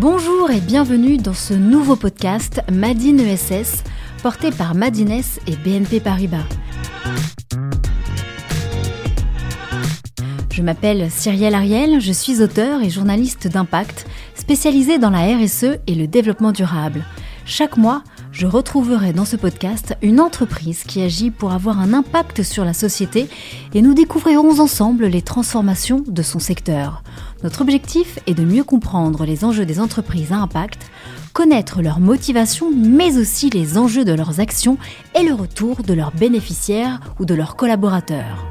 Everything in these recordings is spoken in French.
Bonjour et bienvenue dans ce nouveau podcast Madine ESS, porté par Madines et BNP Paribas. Je m'appelle Cyrielle Ariel, je suis auteure et journaliste d'impact, spécialisée dans la RSE et le développement durable. Chaque mois, je retrouverai dans ce podcast une entreprise qui agit pour avoir un impact sur la société et nous découvrirons ensemble les transformations de son secteur. Notre objectif est de mieux comprendre les enjeux des entreprises à impact, connaître leurs motivations, mais aussi les enjeux de leurs actions et le retour de leurs bénéficiaires ou de leurs collaborateurs.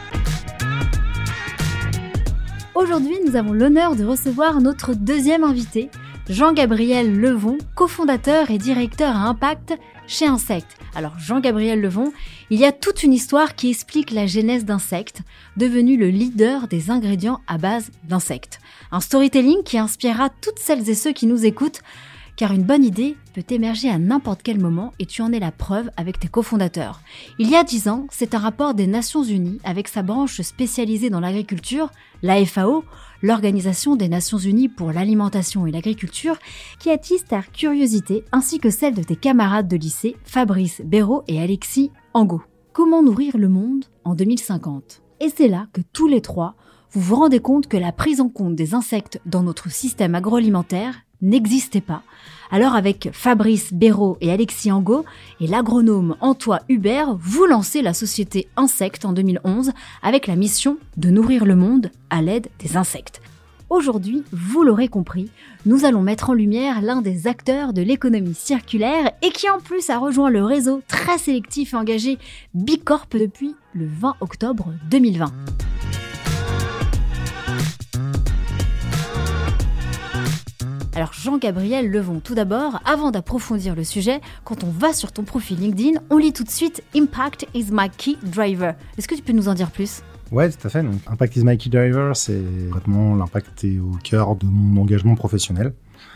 Aujourd'hui, nous avons l'honneur de recevoir notre deuxième invité, Jean-Gabriel Levon, cofondateur et directeur à impact chez Insect. Alors Jean-Gabriel Levon, il y a toute une histoire qui explique la genèse d'Insect, devenu le leader des ingrédients à base d'insectes. Un storytelling qui inspirera toutes celles et ceux qui nous écoutent, car une bonne idée peut émerger à n'importe quel moment et tu en es la preuve avec tes cofondateurs. Il y a 10 ans, c'est un rapport des Nations Unies avec sa branche spécialisée dans l'agriculture, la FAO, l'Organisation des Nations Unies pour l'alimentation et l'agriculture, qui attise ta curiosité ainsi que celle de tes camarades de lycée, Fabrice Béraud et Alexis Angot. Comment nourrir le monde en 2050 ? Et c'est là que tous les trois, vous vous rendez compte que la prise en compte des insectes dans notre système agroalimentaire n'existait pas. Alors avec Fabrice Béraud et Alexis Angot et l'agronome Antoine Hubert, vous lancez la société Insect en 2011 avec la mission de nourrir le monde à l'aide des insectes. Aujourd'hui, vous l'aurez compris, nous allons mettre en lumière l'un des acteurs de l'économie circulaire et qui en plus a rejoint le réseau très sélectif et engagé Bicorp depuis le 20 octobre 2020. Alors Jean-Gabriel Levon, tout d'abord, avant d'approfondir le sujet, quand on va sur ton profil LinkedIn, on lit tout de suite « Impact is my key driver ». Est-ce que tu peux nous en dire plus ? Ouais, tout à fait. Donc, Impact is my key driver, c'est vraiment l'impact est au cœur de mon engagement professionnel.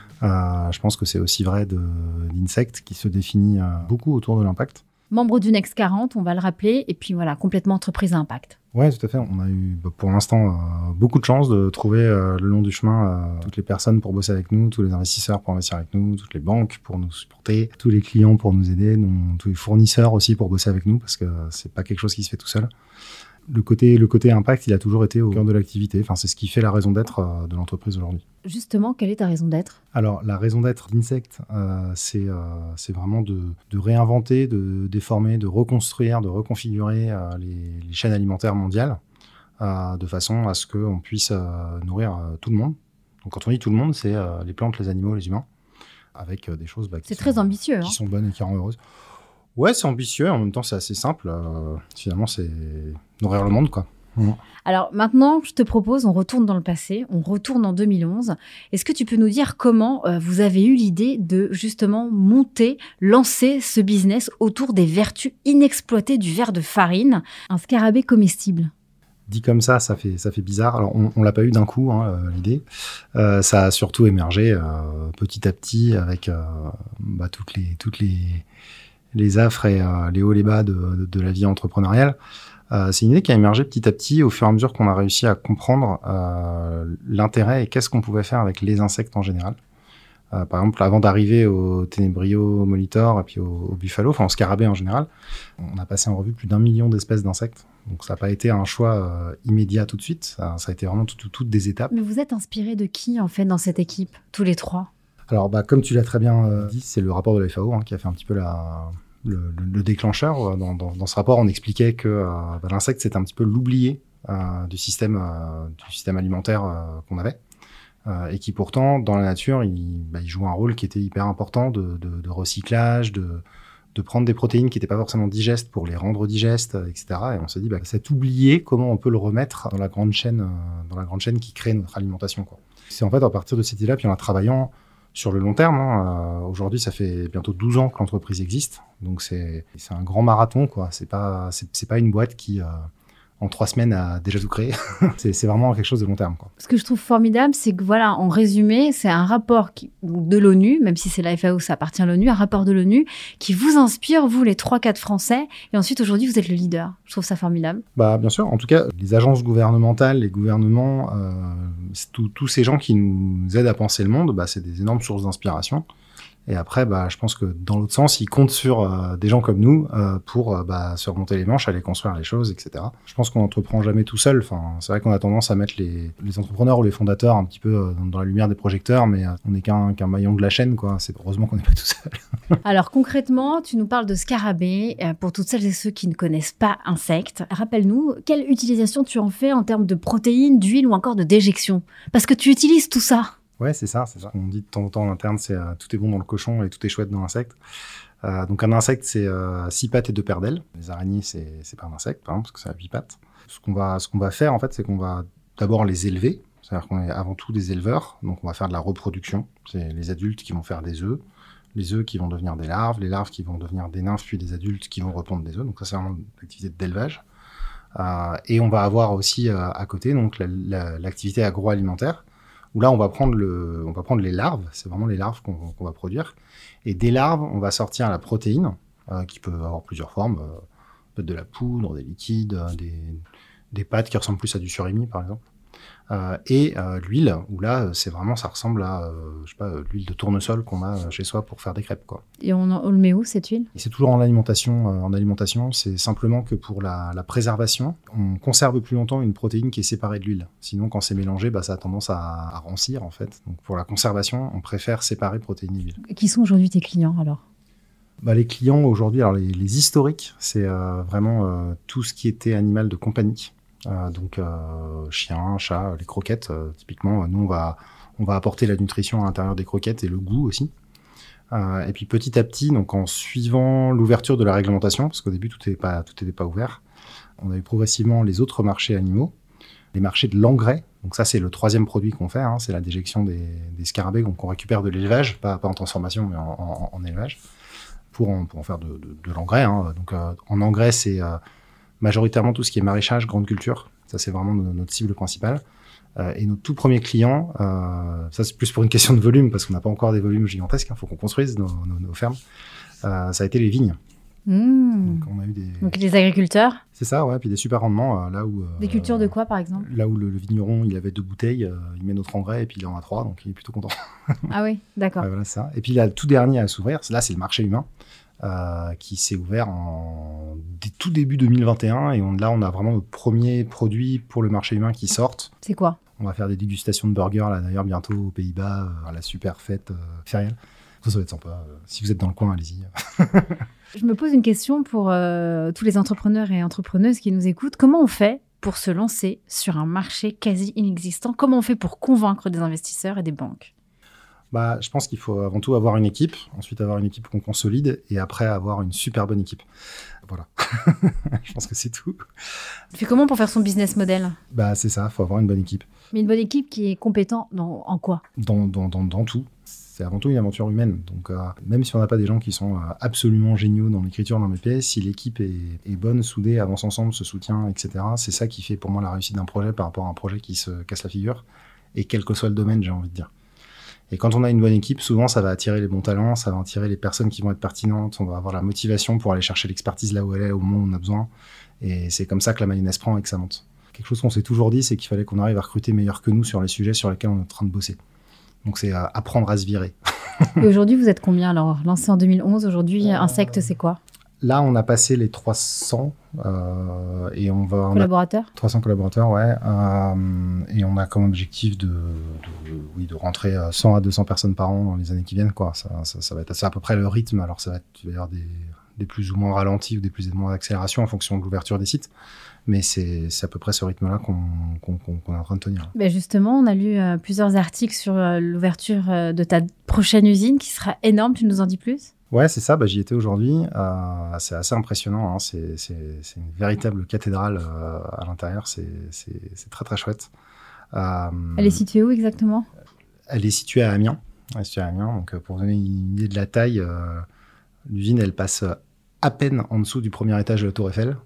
Je pense que c'est aussi vrai d'Insect qui se définit beaucoup autour de l'impact. Membre du Next 40, on va le rappeler, et puis voilà, complètement entreprise à impact. Ouais, tout à fait. On a eu pour l'instant beaucoup de chance de trouver le long du chemin toutes les personnes pour bosser avec nous, tous les investisseurs pour investir avec nous, toutes les banques pour nous supporter, tous les clients pour nous aider, tous les fournisseurs aussi pour bosser avec nous parce que c'est pas quelque chose qui se fait tout seul. Le côté impact, il a toujours été au cœur de l'activité. Enfin, c'est ce qui fait la raison d'être de l'entreprise aujourd'hui. Justement, quelle est ta raison d'être ? Alors, la raison d'être d'Insect, c'est vraiment de réinventer, de déformer, de reconstruire, de reconfigurer les chaînes alimentaires mondiales de façon à ce qu'on puisse nourrir tout le monde. Donc, quand on dit tout le monde, c'est les plantes, les animaux, les humains, avec des choses très ambitieux, qui sont bonnes et qui rendent heureuses. Ouais, c'est ambitieux, en même temps c'est assez simple. Finalement, c'est nourrir le monde, quoi. Alors maintenant, je te propose, on retourne dans le passé, on retourne en 2011. Est-ce que tu peux nous dire comment vous avez eu l'idée de justement lancer ce business autour des vertus inexploitées du verre de farine, un scarabée comestible ? Dit comme ça fait bizarre. Alors, on l'a pas eu d'un coup, l'idée. Ça a surtout émergé petit à petit avec toutes les affres et les hauts et les bas de la vie entrepreneuriale. C'est une idée qui a émergé petit à petit au fur et à mesure qu'on a réussi à comprendre l'intérêt et qu'est-ce qu'on pouvait faire avec les insectes en général. Par exemple, avant d'arriver au Ténébrio molitor et puis au buffalo, enfin au scarabée en général, on a passé en revue plus d'1 million d'espèces d'insectes. Donc ça n'a pas été un choix immédiat tout de suite, ça a été vraiment toutes des étapes. Mais vous êtes inspiré de qui en fait dans cette équipe, tous les trois ? Alors comme tu l'as très bien dit, c'est le rapport de la FAO qui a fait un petit peu le déclencheur. Dans ce rapport, on expliquait que l'insecte, c'était un petit peu l'oublié du système alimentaire qu'on avait. Et qui pourtant, dans la nature, il joue un rôle qui était hyper important de recyclage, de prendre des protéines qui n'étaient pas forcément digestes pour les rendre digestes, etc. Et on s'est dit, cet oublié, comment on peut le remettre dans la grande chaîne qui crée notre alimentation, quoi. C'est en fait à partir de cette idée-là, puis en la travaillant sur le long terme. Aujourd'hui, ça fait bientôt 12 ans que l'entreprise existe. Donc, c'est un grand marathon, quoi. C'est pas une boîte qui en 3 semaines a déjà tout créé. c'est vraiment quelque chose de long terme, quoi. Ce que je trouve formidable, c'est que voilà, en résumé, c'est un rapport de l'ONU, même si c'est la FAO, ça appartient à l'ONU, un rapport de l'ONU qui vous inspire, vous, les 3-4 Français. Et ensuite, aujourd'hui, vous êtes le leader. Je trouve ça formidable. Bah, bien sûr. En tout cas, les agences gouvernementales, les gouvernements, tous ces gens qui nous aident à penser le monde, c'est des énormes sources d'inspiration. Et après, je pense que dans l'autre sens, ils comptent sur des gens comme nous pour se remonter les manches, aller construire les choses, etc. Je pense qu'on n'entreprend jamais tout seul. Enfin, c'est vrai qu'on a tendance à mettre les entrepreneurs ou les fondateurs un petit peu dans la lumière des projecteurs, mais on n'est qu'un maillon de la chaîne, quoi. C'est heureusement qu'on n'est pas tout seul. Alors concrètement, tu nous parles de scarabée. Pour toutes celles et ceux qui ne connaissent pas Insect, rappelle-nous, quelle utilisation tu en fais en termes de protéines, d'huile ou encore de déjection? Parce que tu utilises tout ça. Ouais, c'est ça. On dit de temps en temps en interne, c'est tout est bon dans le cochon et tout est chouette dans l'insecte. Donc un insecte, c'est 6 pattes et 2 paires d'ailes. Les araignées, c'est pas un insecte, par exemple, parce que ça a 8 pattes. Ce qu'on va faire, en fait, c'est qu'on va d'abord les élever. C'est-à-dire qu'on est avant tout des éleveurs. Donc on va faire de la reproduction. C'est les adultes qui vont faire des œufs. Les œufs qui vont devenir des larves. Les larves qui vont devenir des nymphes, puis des adultes qui vont répondre des œufs. Donc ça, c'est vraiment l'activité d'élevage. Et on va avoir aussi à côté donc l'activité agroalimentaire, où là, on va prendre les larves, c'est vraiment les larves qu'on va produire. Et des larves, on va sortir la protéine, qui peut avoir plusieurs formes, peut-être de la poudre, des liquides, des pâtes qui ressemblent plus à du surimi, par exemple. Et l'huile, où là, ça ressemble à, l'huile de tournesol qu'on a chez soi pour faire des crêpes, quoi. Et on le met où, cette huile? Et c'est toujours en alimentation, c'est simplement que pour la préservation, on conserve plus longtemps une protéine qui est séparée de l'huile. Sinon, quand c'est mélangé, ça a tendance à rancir, en fait. Donc, pour la conservation, on préfère séparer protéines et huile. Qui sont aujourd'hui tes clients, alors? Les clients, aujourd'hui, alors les historiques, c'est vraiment tout ce qui était animal de compagnie. Donc chien, chat, les croquettes, typiquement, nous on va apporter la nutrition à l'intérieur des croquettes et le goût aussi. Et puis petit à petit, donc en suivant l'ouverture de la réglementation, parce qu'au début tout n'était pas ouvert, on a eu progressivement les autres marchés animaux, les marchés de l'engrais. Donc ça c'est le 3e produit qu'on fait, c'est la déjection des scarabées qu'on récupère de l'élevage, pas en transformation mais en élevage, pour en faire de l'engrais. Donc en engrais c'est majoritairement tout ce qui est maraîchage, grande culture. Ça, c'est vraiment notre cible principale. Et notre tout premier client, ça c'est plus pour une question de volume, parce qu'on n'a pas encore des volumes gigantesques, faut qu'on construise nos fermes. Ça a été les vignes. Donc, on a eu donc les agriculteurs. C'est ça, ouais. Puis des super rendements, là où... Des cultures de quoi, par exemple? Là où le vigneron, il avait 2 bouteilles, il met notre engrais, et puis il en a 3, donc il est plutôt content. Ah oui, d'accord. Ouais, voilà, ça. Et puis là, le tout dernier à s'ouvrir, là, c'est le marché humain. Qui s'est ouvert tout début 2021 et là on a vraiment notre premier produit pour le marché humain qui sortent. C'est quoi? On va faire des dégustations de burgers là d'ailleurs bientôt aux Pays-Bas à la super fête fériale. Ça va être sympa. Si vous êtes dans le coin, allez-y. Je me pose une question pour tous les entrepreneurs et entrepreneuses qui nous écoutent. Comment on fait pour se lancer sur un marché quasi inexistant? Comment on fait pour convaincre des investisseurs et des banques? Je pense qu'il faut avant tout avoir une équipe, ensuite avoir une équipe qu'on consolide et après avoir une super bonne équipe. Voilà. Je pense que c'est tout. Tu fais comment pour faire son business model? C'est ça, il faut avoir une bonne équipe. Mais une bonne équipe qui est compétente en quoi? Dans tout. C'est avant tout une aventure humaine. Donc, même si on n'a pas des gens qui sont absolument géniaux dans l'écriture d'un BP, si l'équipe est bonne, soudée, avance ensemble, se soutient, etc., c'est ça qui fait pour moi la réussite d'un projet par rapport à un projet qui se casse la figure. Et quel que soit le domaine, j'ai envie de dire. Et quand on a une bonne équipe, souvent, ça va attirer les bons talents, ça va attirer les personnes qui vont être pertinentes, on va avoir la motivation pour aller chercher l'expertise là où elle est, au moment où on a besoin. Et c'est comme ça que la mayonnaise prend et que ça monte. Quelque chose qu'on s'est toujours dit, c'est qu'il fallait qu'on arrive à recruter meilleur que nous sur les sujets sur lesquels on est en train de bosser. Donc c'est apprendre à se virer. Et aujourd'hui, vous êtes combien alors? Lancé en 2011, aujourd'hui, Insect, c'est quoi? Là, on a passé les 300 et on va... Collaborateurs? 300 collaborateurs, ouais. Et on a comme objectif de rentrer 100 à 200 personnes par an dans les années qui viennent, quoi. Ça va être à peu près le rythme. Alors, il va y avoir des plus ou moins ralentis ou des plus ou moins d'accélération en fonction de l'ouverture des sites. Mais c'est à peu près ce rythme-là qu'on est en train de tenir. Justement, on a lu plusieurs articles sur l'ouverture de ta prochaine usine qui sera énorme. Tu nous en dis plus? Ouais, c'est ça. J'y étais aujourd'hui. C'est assez impressionnant. C'est une véritable cathédrale à l'intérieur. C'est très, très chouette. Elle est située où exactement? Elle est située à Amiens. Donc, pour vous donner une idée de la taille, l'usine, elle passe à peine en dessous du premier étage de la Tour Eiffel.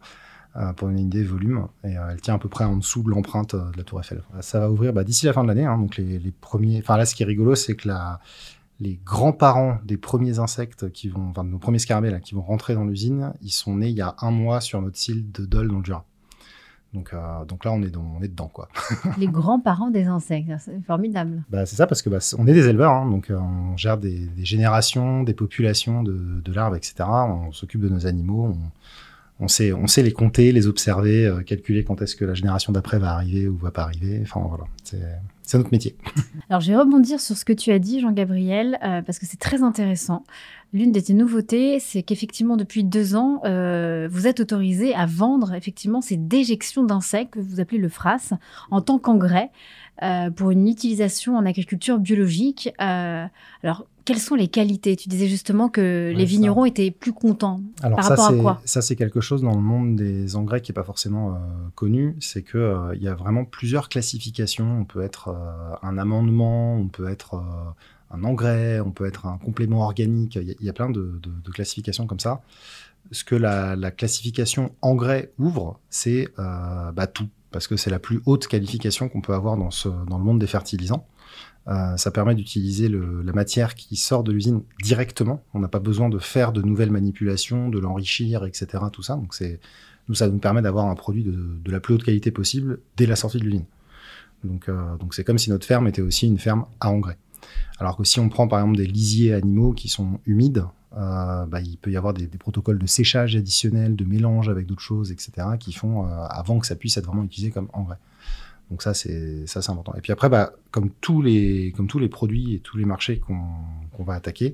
pour donner une idée, volume. Et elle tient à peu près en dessous de l'empreinte de la Tour Eiffel. Ça va ouvrir d'ici la fin de l'année. Hein, donc les premiers. Enfin là, ce qui est rigolo, c'est que les grands-parents des premiers insectes de nos premiers scarabées là, qui vont rentrer dans l'usine, ils sont nés il y a 1 mois sur notre site de Dole dans le Jura. Donc là, on est dedans, quoi. Les grands-parents des insectes, c'est formidable. C'est ça, parce que on est des éleveurs, hein, donc on gère des générations, des populations de larves, etc. On s'occupe de nos animaux, on sait les compter, les observer, calculer quand est-ce que la génération d'après va arriver ou va pas arriver. Enfin voilà, c'est notre métier. Alors je vais rebondir sur ce que tu as dit, Jean-Gabriel, parce que c'est très intéressant. L'une de tes nouveautés, c'est qu'effectivement, depuis 2 ans, vous êtes autorisé à vendre effectivement ces déjections d'insectes, que vous appelez le frass, en tant qu'engrais, pour une utilisation en agriculture biologique. Alors, quelles sont les qualités ? Tu disais justement que les vignerons étaient plus contents. Alors par rapport à quoi ? Ça, c'est quelque chose dans le monde des engrais qui n'est pas forcément connu. C'est qu'il y a vraiment plusieurs classifications. On peut être un amendement, on peut être un engrais, on peut être un complément organique. Il y a plein de classifications comme ça. Ce que la classification engrais ouvre, c'est tout, parce que c'est la plus haute qualification qu'on peut avoir dans le monde des fertilisants. Ça permet d'utiliser la matière qui sort de l'usine directement. On n'a pas besoin de faire de nouvelles manipulations, de l'enrichir, etc. Tout ça. Donc ça nous permet d'avoir un produit de la plus haute qualité possible dès la sortie de l'usine. Donc c'est comme si notre ferme était aussi une ferme à engrais. Alors que si on prend par exemple des lisiers animaux qui sont humides, il peut y avoir des protocoles de séchage additionnels, de mélange avec d'autres choses, etc. qui font avant que ça puisse être vraiment utilisé comme engrais. Donc ça c'est important. Et puis après, comme tous les produits et tous les marchés qu'on va attaquer,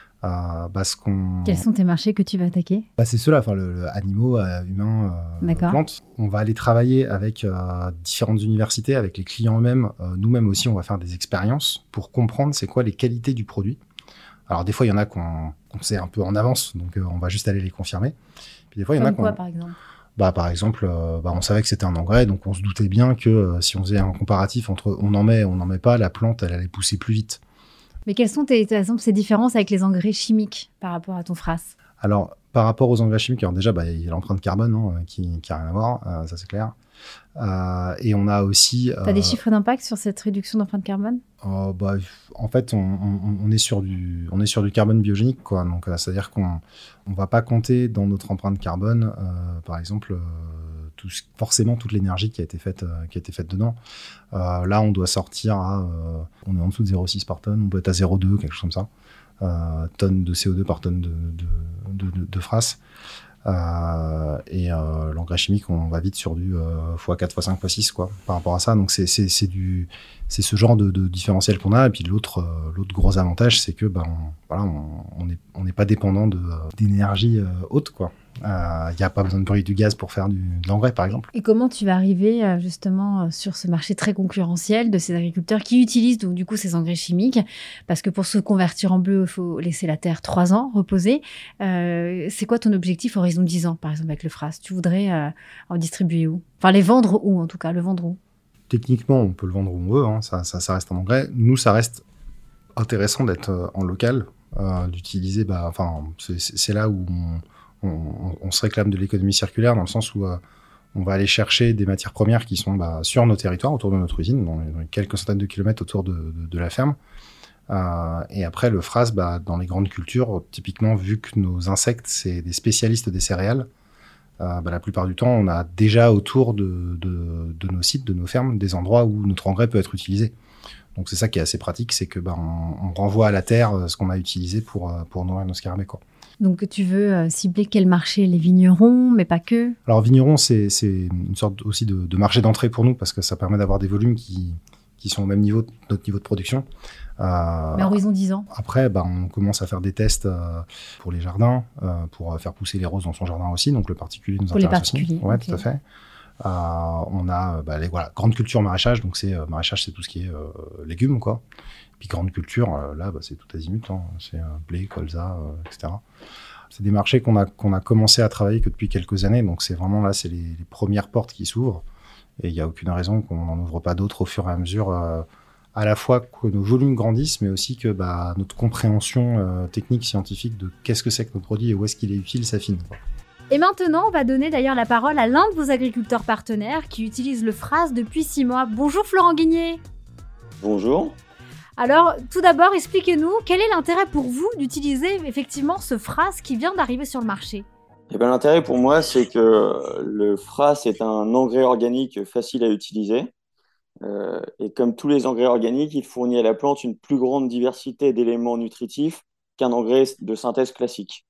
Quels sont tes marchés que tu vas attaquer ? C'est ceux-là, animaux, humains, plantes. On va aller travailler avec différentes universités, avec les clients eux-mêmes. Nous-mêmes aussi, on va faire des expériences pour comprendre c'est quoi les qualités du produit. Alors des fois, il y en a qu'on sait un peu en avance, donc on va juste aller les confirmer. Puis des fois, il y en a quoi, par exemple ? Par exemple, on savait que c'était un engrais, donc on se doutait bien que si on faisait un comparatif entre on en met et on n'en met pas, la plante, elle allait pousser plus vite. Mais quelles sont, par exemple, ces différences avec les engrais chimiques par rapport à ton frass ? Alors, par rapport aux engrais chimiques, alors déjà, il y a l'empreinte carbone qui n'a rien à voir, ça c'est clair. Et on a aussi... Tu as des chiffres d'impact sur cette réduction d'empreinte carbone ? En fait, on est sur du carbone biogénique, quoi. Donc, c'est-à-dire qu'on va pas compter dans notre empreinte carbone, par exemple, forcément toute l'énergie qui a été faite dedans. Là, on doit sortir on est en dessous de 0,6 par tonne, on peut être à 0,2, quelque chose comme ça. Tonnes de CO2 par tonne de frasse. Et l'engrais chimique, on va vite sur du x4, x5, x6 quoi, par rapport à ça. Donc c'est ce genre de différentiel qu'on a. Et puis l'autre gros avantage, c'est que on n'est pas dépendant d'énergie haute, quoi. Il n'y a pas besoin de brûler du gaz pour faire de l'engrais, par exemple. Et comment tu vas arriver justement sur ce marché très concurrentiel de ces agriculteurs qui utilisent donc du coup ces engrais chimiques ? Parce que pour se convertir en bio, il faut laisser la terre 3 ans reposer. C'est quoi ton objectif horizon 10 ans, par exemple, avec le frass ? Tu voudrais en distribuer où ? Enfin, les vendre où, en tout cas, le vendre où ? Techniquement, on peut le vendre où on veut, hein. Ça reste en engrais. Nous, ça reste intéressant d'être en local, d'utiliser... c'est là où on se réclame de l'économie circulaire, dans le sens où on va aller chercher des matières premières qui sont sur nos territoires, autour de notre usine, dans quelques centaines de kilomètres autour de la ferme. Et après, le frass, dans les grandes cultures, typiquement, vu que nos insectes, c'est des spécialistes des céréales, la plupart du temps, on a déjà autour de nos sites, de nos fermes, des endroits où notre engrais peut être utilisé. Donc c'est ça qui est assez pratique, c'est que on renvoie à la terre ce qu'on a utilisé pour nourrir nos scarabées, quoi. Donc tu veux cibler quel marché ? Les vignerons, mais pas que ? Alors vignerons, c'est une sorte aussi de marché d'entrée pour nous, parce que ça permet d'avoir des volumes qui sont au même niveau de notre niveau de production. Mais à horizon 10 ans. Après, on commence à faire des tests pour les jardins, pour faire pousser les roses dans son jardin aussi, donc le particulier nous intéresse aussi. Pour les particuliers, ouais, tout à fait. On a les grandes cultures maraîchage, donc maraîchage, c'est tout ce qui est légumes, quoi. Puis grande culture, là, c'est tout azimut, hein. C'est blé, colza, etc. C'est des marchés qu'on a commencé à travailler que depuis quelques années, donc c'est vraiment là, c'est les premières portes qui s'ouvrent, et il n'y a aucune raison qu'on n'en ouvre pas d'autres au fur et à mesure, à la fois que nos volumes grandissent, mais aussi que notre compréhension technique, scientifique de qu'est-ce que c'est que nos produits et où est-ce qu'il est utile s'affine, quoi. Et maintenant, on va donner d'ailleurs la parole à l'un de vos agriculteurs partenaires qui utilise le FRAS depuis 6 mois. Bonjour Florent Guigné. Bonjour. Alors, tout d'abord, expliquez-nous quel est l'intérêt pour vous d'utiliser effectivement ce FRAS qui vient d'arriver sur le marché. L'intérêt pour moi, c'est que le FRAS est un engrais organique facile à utiliser. Et comme tous les engrais organiques, il fournit à la plante une plus grande diversité d'éléments nutritifs qu'un engrais de synthèse classique.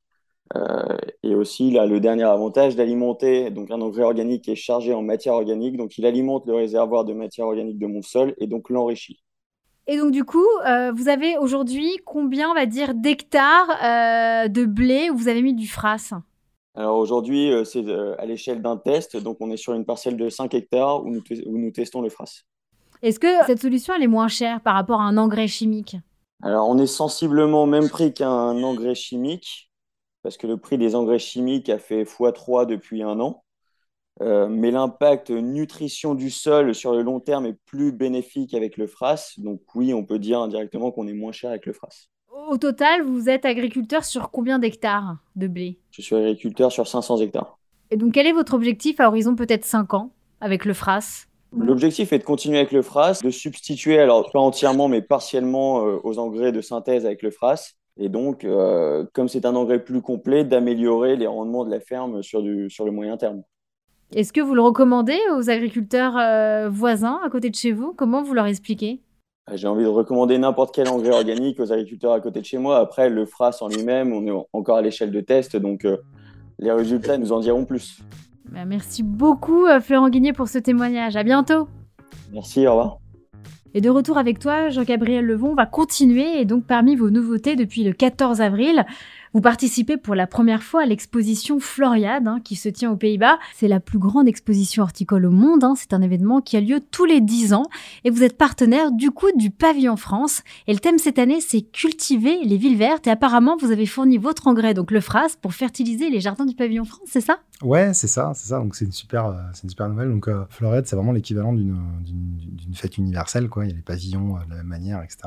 Et aussi, il a le dernier avantage d'alimenter, donc un engrais organique qui est chargé en matière organique, donc il alimente le réservoir de matière organique de mon sol et donc l'enrichit. Et donc du coup, vous avez aujourd'hui combien, on va dire, d'hectares de blé où vous avez mis du FRAS ? Alors aujourd'hui, c'est à l'échelle d'un test, donc on est sur une parcelle de 5 hectares où nous testons le FRAS. Est-ce que cette solution elle est moins chère par rapport à un engrais chimique ? Alors on est sensiblement au même prix qu'un engrais chimique, parce que le prix des engrais chimiques a fait x3 depuis 1 an. Mais l'impact nutrition du sol sur le long terme est plus bénéfique avec le FRAS. Donc oui, on peut dire indirectement qu'on est moins cher avec le FRAS. Au total, vous êtes agriculteur sur combien d'hectares de blé ? Je suis agriculteur sur 500 hectares. Et donc quel est votre objectif à horizon peut-être 5 ans avec le FRAS ? L'objectif est de continuer avec le FRAS, de substituer, alors pas entièrement mais partiellement aux engrais de synthèse avec le FRAS. Et donc, comme c'est un engrais plus complet, d'améliorer les rendements de la ferme sur le moyen terme. Est-ce que vous le recommandez aux agriculteurs voisins à côté de chez vous ? Comment vous leur expliquez ? J'ai envie de recommander n'importe quel engrais organique aux agriculteurs à côté de chez moi. Après, le FRAS en lui-même, on est encore à l'échelle de test, donc les résultats nous en diront plus. Merci beaucoup Florent Guigné pour ce témoignage. À bientôt. Merci, au revoir. Et de retour avec toi, Jean-Gabriel Levon, on va continuer. Et donc, parmi vos nouveautés depuis le 14 avril, vous participez pour la première fois à l'exposition Floriade, qui se tient aux Pays-Bas. C'est la plus grande exposition horticole au monde. C'est un événement qui a lieu tous les 10 ans. Et vous êtes partenaire du coup du Pavillon France. Et le thème cette année, c'est cultiver les villes vertes. Et apparemment, vous avez fourni votre engrais, donc le FRAS, pour fertiliser les jardins du Pavillon France, c'est ça ? Ouais, c'est ça. Donc c'est une super nouvelle. Donc Floriade, c'est vraiment l'équivalent d'une fête universelle, quoi. Il y a les pavillons de la même manière, etc.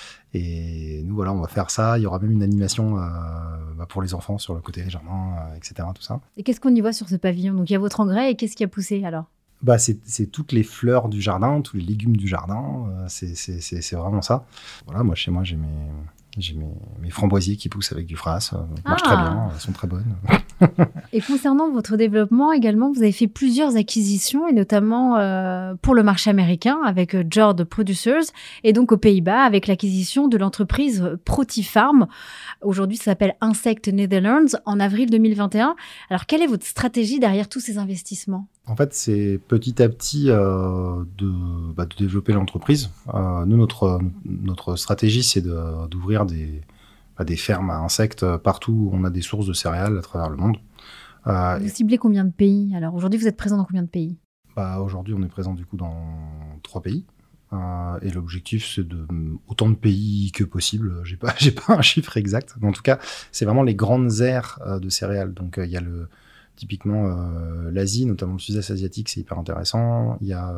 Et nous, voilà, on va faire ça. Il y aura même une animation pour les enfants sur le côté des jardins, etc. Tout ça. Et qu'est-ce qu'on y voit sur ce pavillon ? Donc il y a votre engrais et qu'est-ce qui a poussé alors ? C'est toutes les fleurs du jardin, tous les légumes du jardin. C'est vraiment ça. Voilà, moi chez moi j'ai mes framboisiers qui poussent avec du FRAS. Ça marche très bien, elles sont très bonnes. Et concernant votre développement également, vous avez fait plusieurs acquisitions, et notamment pour le marché américain avec Jord Producers, et donc aux Pays-Bas avec l'acquisition de l'entreprise Protifarm. Aujourd'hui, ça s'appelle Insect Netherlands, en avril 2021. Alors, quelle est votre stratégie derrière tous ces investissements ? En fait, c'est petit à petit de développer l'entreprise. Nous, notre stratégie, c'est d'ouvrir des fermes à insectes partout où on a des sources de céréales à travers le monde. Vous ciblez combien de pays ? Alors, aujourd'hui, vous êtes présent dans combien de pays ? Aujourd'hui, on est présent du coup dans 3 pays. Et l'objectif, c'est autant de pays que possible. J'ai pas un chiffre exact. Mais en tout cas, c'est vraiment les grandes aires de céréales. Donc, il y a typiquement l'Asie, notamment le sud-est asiatique, c'est hyper intéressant. Il y a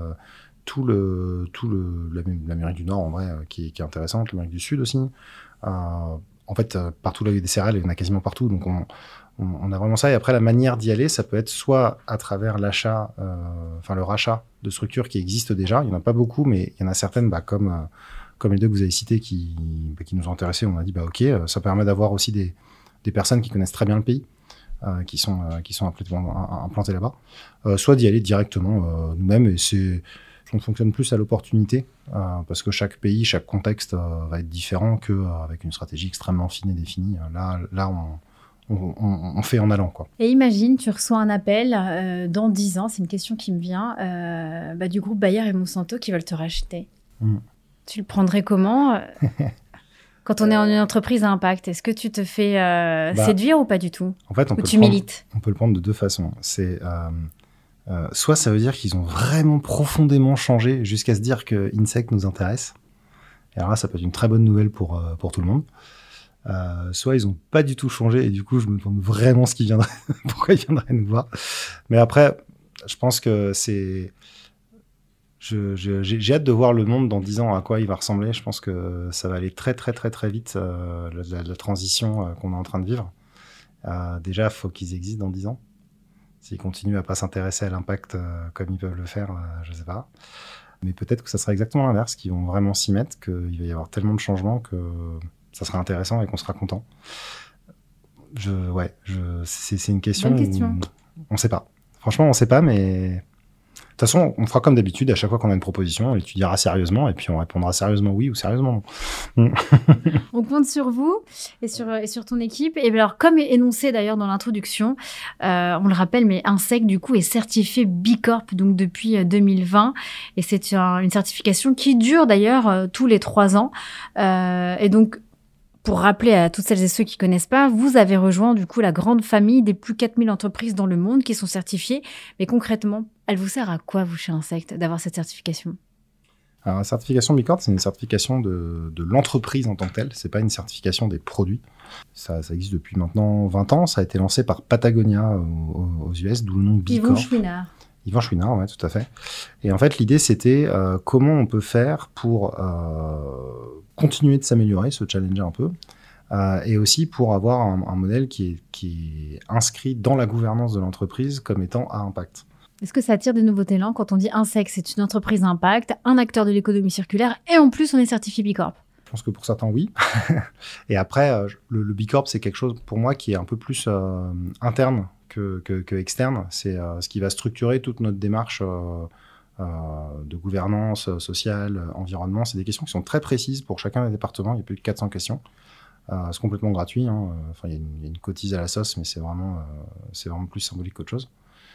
l'Amérique du Nord, en vrai, qui est intéressante. L'Amérique du Sud aussi. En fait, partout là où il y a des céréales, il y en a quasiment partout. Donc, on a vraiment ça. Et après, la manière d'y aller, ça peut être soit à travers le rachat de structures qui existent déjà. Il n'y en a pas beaucoup, mais il y en a certaines, comme les deux que vous avez cités, qui nous ont intéressés. On a dit, OK, ça permet d'avoir aussi des personnes qui connaissent très bien le pays, qui sont implantées là-bas. Soit d'y aller directement nous-mêmes. Et on fonctionne plus à l'opportunité, parce que chaque pays, chaque contexte va être différent qu'avec une stratégie extrêmement fine et définie. Là, on fait en allant, quoi. Et imagine, tu reçois un appel dans 10 ans, c'est une question qui me vient, du groupe Bayer et Monsanto qui veulent te racheter. Tu le prendrais comment quand on est en une entreprise à impact? Est-ce que tu te fais séduire ou pas du tout? En fait, milites? On peut le prendre de deux façons. C'est soit ça veut dire qu'ils ont vraiment profondément changé jusqu'à se dire que Insect nous intéresse. Et alors là, ça peut être une très bonne nouvelle pour tout le monde. Soit ils n'ont pas du tout changé et du coup, je me demande vraiment pourquoi ils viendraient nous voir. Mais après, je pense que j'ai hâte de voir le monde dans 10 ans, à quoi il va ressembler. Je pense que ça va aller très, très, très, très vite, la transition qu'on est en train de vivre. Déjà, il faut qu'ils existent dans 10 ans. S'ils continuent à pas s'intéresser à l'impact comme ils peuvent le faire, je sais pas. Mais peut-être que ça sera exactement l'inverse, qu'ils vont vraiment s'y mettre, qu'il va y avoir tellement de changements que ça sera intéressant et qu'on sera content. C'est une question. Bonne question. On sait pas. Franchement, on sait pas, mais de toute façon, on fera comme d'habitude, à chaque fois qu'on a une proposition, on l'étudiera sérieusement et puis on répondra sérieusement oui ou sérieusement non. On compte sur vous et sur ton équipe. Et alors, comme énoncé d'ailleurs dans l'introduction, on le rappelle, mais Insect, du coup, est certifié B Corp donc depuis 2020. Et c'est une certification qui dure d'ailleurs tous les 3 ans. Et donc, pour rappeler à toutes celles et ceux qui connaissent pas, vous avez rejoint du coup la grande famille des plus 4000 entreprises dans le monde qui sont certifiées. Mais concrètement, elle vous sert à quoi, vous, chez Insect, d'avoir cette certification ? Alors, la certification B Corp, c'est une certification de l'entreprise en tant que telle. C'est pas une certification des produits. Ça existe depuis maintenant 20 ans. Ça a été lancé par Patagonia aux US, d'où le nom B Corp. Yvan Chouinard, ouais, tout à fait. Et en fait, l'idée, c'était comment on peut faire pour continuer de s'améliorer, se challenger un peu, et aussi pour avoir un modèle qui est inscrit dans la gouvernance de l'entreprise comme étant à impact. Est-ce que ça attire des nouveaux talents quand on dit Insect, c'est une entreprise à impact, un acteur de l'économie circulaire, et en plus, on est certifié B Corp ? Je pense que pour certains, oui. Et après, le B Corp, c'est quelque chose, pour moi, qui est un peu plus interne que externe. C'est ce qui va structurer toute notre démarche de gouvernance sociale, environnement. C'est des questions qui sont très précises pour chacun des départements. Il y a plus de 400 questions. C'est complètement gratuit. Hein. Enfin, il y a une cotise à la sauce, mais c'est vraiment plus symbolique qu'autre chose.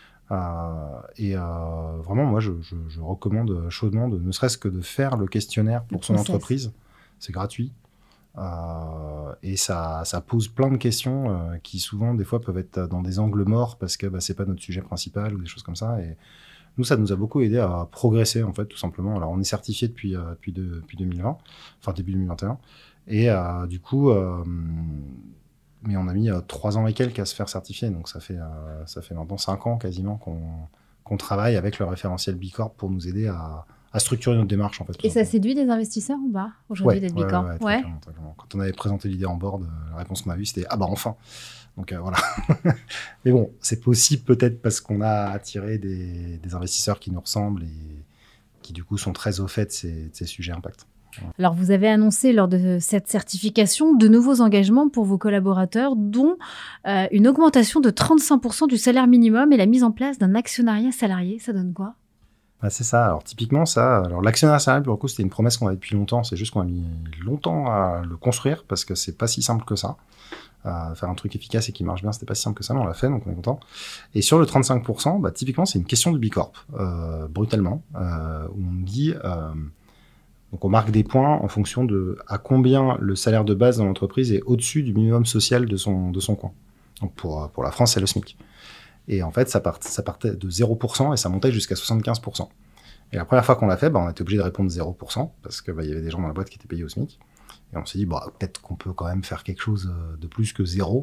Vraiment, moi, je recommande chaudement ne serait-ce que de faire le questionnaire pour son entreprise. C'est gratuit. Et ça pose plein de questions qui souvent, des fois, peuvent être dans des angles morts parce que c'est pas notre sujet principal ou des choses comme ça. Et nous, ça nous a beaucoup aidé à progresser, en fait, tout simplement. Alors, on est certifié depuis 2020, enfin début 2021. Et du coup, mais on a mis 3 ans et quelques à se faire certifier. Donc, ça fait maintenant 5 ans quasiment qu'on travaille avec le référentiel B Corp pour nous aider à structurer notre démarche, en fait. Et ça séduit des investisseurs ou pas, aujourd'hui, d'être B Corp ? Ouais. Très clairement. Quand on avait présenté l'idée en board, la réponse qu'on a eue, c'était « Ah bah enfin !» Donc voilà. Mais bon, c'est possible peut-être parce qu'on a attiré des investisseurs qui nous ressemblent et qui du coup sont très au fait de ces sujets impact. Voilà. Alors vous avez annoncé lors de cette certification de nouveaux engagements pour vos collaborateurs, dont une augmentation de 35% du salaire minimum et la mise en place d'un actionnariat salarié. Ça donne quoi ? C'est ça. Alors typiquement l'actionnariat salarié, pour le coup, c'était une promesse qu'on avait depuis longtemps. C'est juste qu'on a mis longtemps à le construire parce que c'est pas si simple que ça. Faire un truc efficace et qui marche bien, c'était pas si simple que ça, mais on l'a fait, donc on est content. Et sur le 35%, typiquement, c'est une question de B Corp, brutalement, où on dit, donc on marque des points en fonction de à combien le salaire de base dans l'entreprise est au-dessus du minimum social de son coin. Donc pour la France, c'est le SMIC. Et en fait, ça partait de 0% et ça montait jusqu'à 75%. Et la première fois qu'on l'a fait, on était obligé de répondre 0% parce que y avait des gens dans la boîte qui étaient payés au SMIC. Et on s'est dit, peut-être qu'on peut quand même faire quelque chose de plus que 0.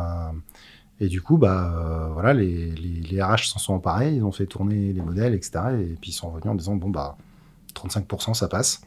Et du coup, voilà, les RH s'en sont emparés, ils ont fait tourner les modèles, etc. Et puis ils sont revenus en disant, 35% ça passe.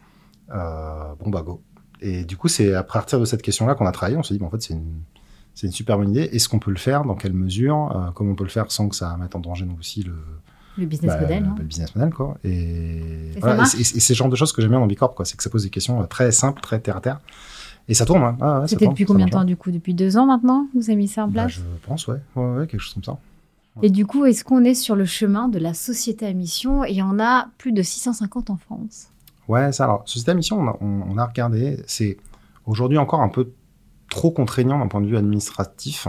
Go. Et du coup, c'est à partir de cette question-là qu'on a travaillé. On s'est dit, en fait, c'est une super bonne idée. Est-ce qu'on peut le faire ? Dans quelle mesure ? Comment on peut le faire sans que ça mette en danger nous aussi le business model. Le business model, quoi. Et voilà, c'est le genre de choses que j'aime bien dans B Corp, quoi. C'est que ça pose des questions très simples, très terre à terre. Et ça tourne, hein. C'était depuis combien de temps, du coup ? Depuis 2 ans maintenant ? Vous avez mis ça en place ? Je pense, ouais, quelque chose comme ça. Ouais. Et du coup, est-ce qu'on est sur le chemin de la société à mission ? Et il y en a plus de 650 en France. Ouais, ça, alors, société à mission, on a regardé. C'est aujourd'hui encore un peu trop contraignant d'un point de vue administratif.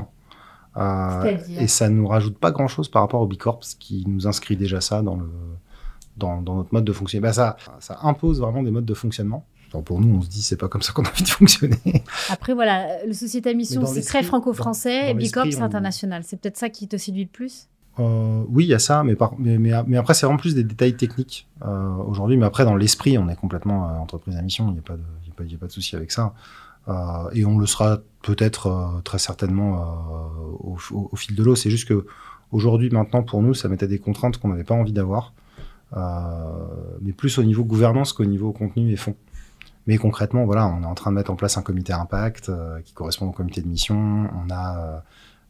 Et ça nous rajoute pas grand-chose par rapport au B Corp, ce qui nous inscrit déjà ça dans notre mode de fonctionnement. Ça impose vraiment des modes de fonctionnement. Alors pour nous, on se dit c'est pas comme ça qu'on a envie de fonctionner. Après voilà, le société à mission c'est très franco-français, et B Corp c'est international. C'est peut-être ça qui te séduit le plus ? Oui, il y a ça, mais après c'est vraiment plus des détails techniques aujourd'hui. Mais après dans l'esprit, on est complètement entreprise à mission. Il n'y a pas de souci avec ça. Et on le sera peut-être très certainement au fil de l'eau. C'est juste que aujourd'hui, maintenant, pour nous, ça mettait des contraintes qu'on n'avait pas envie d'avoir, mais plus au niveau gouvernance qu'au niveau contenu et fond. Mais concrètement, voilà, on est en train de mettre en place un comité impact qui correspond au comité de mission. On a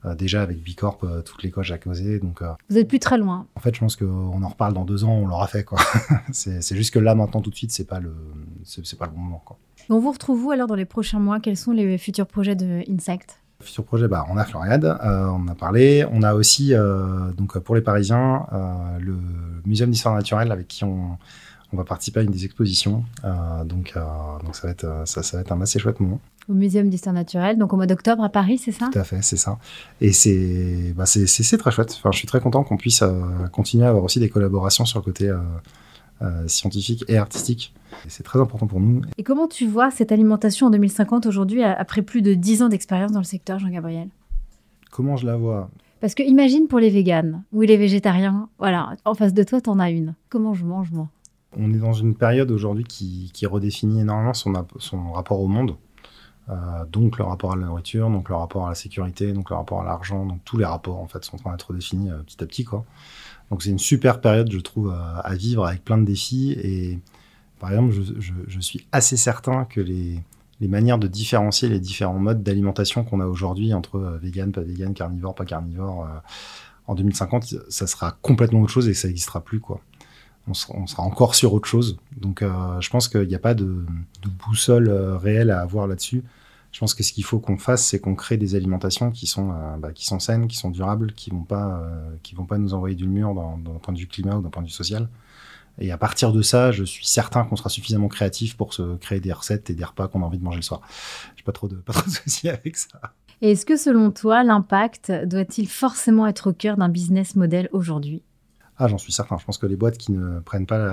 déjà avec Bicorp, toutes les coches à causer. Donc, vous êtes plus très loin. En fait, je pense qu'on en reparle dans 2 ans, on l'aura fait, quoi. c'est juste que là, maintenant, tout de suite, c'est pas le bon moment, quoi. On vous retrouve où alors dans les prochains mois? Quels sont les futurs projets de Insect? Futur projet, on a Floriade, on a parlé. On a aussi, donc pour les Parisiens, le Muséum d'Histoire Naturelle avec qui on va participer à une des expositions. Donc ça va être un assez chouette moment. Au Muséum d'Histoire Naturelle, donc au mois d'octobre à Paris, c'est ça? Tout à fait, c'est ça. Et c'est très chouette. Enfin, je suis très content qu'on puisse continuer à avoir aussi des collaborations sur le côté scientifique et artistique. Et c'est très important pour nous. Et comment tu vois cette alimentation en 2050 aujourd'hui, après plus de 10 ans d'expérience dans le secteur, Jean-Gabriel? Comment je la vois? Parce que imagine pour les véganes ou les végétariens, voilà, en face de toi, t'en as une. Comment je mange, moi? On est dans une période aujourd'hui qui redéfinit énormément son rapport au monde. Donc le rapport à la nourriture, donc le rapport à la sécurité, donc le rapport à l'argent, donc tous les rapports en fait sont en train d'être redéfinis petit à petit, quoi. Donc c'est une super période, je trouve, à vivre avec plein de défis. Et par exemple, je suis assez certain que les manières de différencier les différents modes d'alimentation qu'on a aujourd'hui entre vegan, pas vegan, carnivore, pas carnivore, en 2050, ça sera complètement autre chose et ça n'existera plus, quoi. On sera encore sur autre chose. Donc, je pense qu'il n'y a pas de boussole réelle à avoir là-dessus. Je pense que ce qu'il faut qu'on fasse, c'est qu'on crée des alimentations qui sont saines, qui sont durables, qui vont pas nous envoyer du mur d'un point de vue climat ou d'un point de vue social. Et à partir de ça, je suis certain qu'on sera suffisamment créatif pour se créer des recettes et des repas qu'on a envie de manger le soir. J'ai pas trop de soucis avec ça. Et est-ce que selon toi, l'impact doit-il forcément être au cœur d'un business model aujourd'hui ? Ah, j'en suis certain. Je pense que les boîtes qui ne prennent pas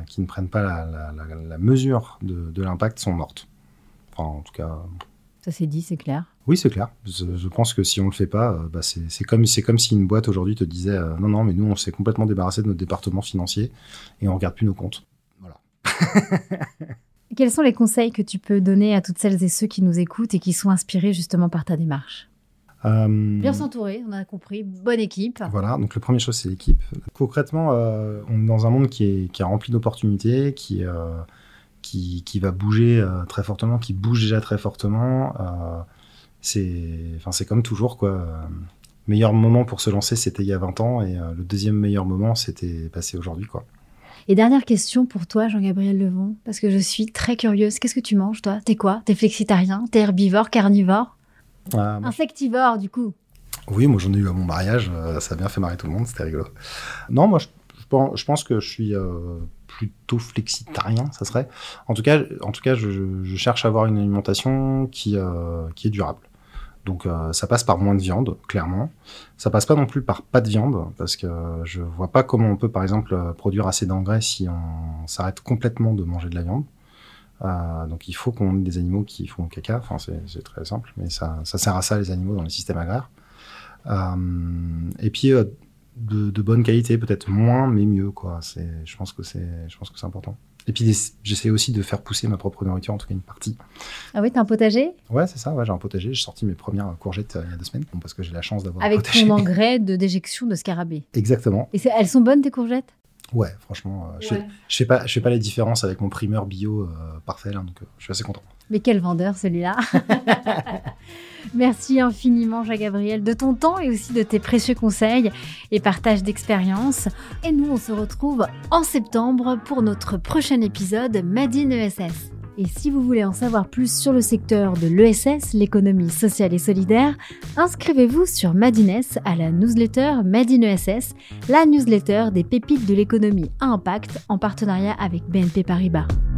la mesure de l'impact sont mortes. Enfin, en tout cas. Ça c'est dit, c'est clair. Oui, c'est clair. Je pense que si on le fait pas, c'est comme si une boîte aujourd'hui te disait non, mais nous on s'est complètement débarrassé de notre département financier et on regarde plus nos comptes. Voilà. Quels sont les conseils que tu peux donner à toutes celles et ceux qui nous écoutent et qui sont inspirés justement par ta démarche ? Bien s'entourer, on a compris, bonne équipe. Voilà, donc la première chose, c'est l'équipe. Concrètement, on est dans un monde qui est rempli d'opportunités, qui va bouger très fortement, qui bouge déjà très fortement. C'est comme toujours, quoi. Meilleur moment pour se lancer, c'était il y a 20 ans, et le deuxième meilleur moment, c'était passé aujourd'hui, quoi. Et dernière question pour toi, Jean-Gabriel Levon, parce que je suis très curieuse. Qu'est-ce que tu manges, toi ? T'es quoi ? T'es flexitarien ? T'es herbivore, carnivore ? Insectivore, du coup. Oui, moi j'en ai eu à mon mariage, ça a bien fait marrer tout le monde, c'était rigolo. Non, moi je pense que je suis plutôt flexitarien, ça serait. En tout cas, je cherche à avoir une alimentation qui est durable. Donc ça passe par moins de viande, clairement. Ça passe pas non plus par pas de viande, parce que je vois pas comment on peut, par exemple, produire assez d'engrais si on s'arrête complètement de manger de la viande. Donc il faut qu'on ait des animaux qui font caca, enfin c'est très simple, mais ça sert à ça, les animaux, dans les systèmes agraires. Et puis de bonne qualité, peut-être moins mais mieux, quoi. Je pense que c'est important. Et puis j'essaie aussi de faire pousser ma propre nourriture, en tout cas une partie. Ah oui, t'as un potager ? Ouais, c'est ça, ouais, j'ai un potager. J'ai sorti mes premières courgettes il y a 2 semaines, parce que j'ai la chance d'avoir avec un potager. ton engrais de déjection de scarabée. Exactement. Et elles sont bonnes, tes courgettes ? Ouais, franchement, ouais. Je fais pas les différences avec mon primeur bio parfait, là, donc je suis assez content. Mais quel vendeur, celui-là. Merci infiniment, Jean-Gabriel, de ton temps et aussi de tes précieux conseils et partage d'expérience. Et nous, on se retrouve en septembre pour notre prochain épisode Made in ESS. Et si vous voulez en savoir plus sur le secteur de l'ESS, l'économie sociale et solidaire, inscrivez-vous sur Madines à la newsletter Made in ESS, la newsletter des pépites de l'économie à impact en partenariat avec BNP Paribas.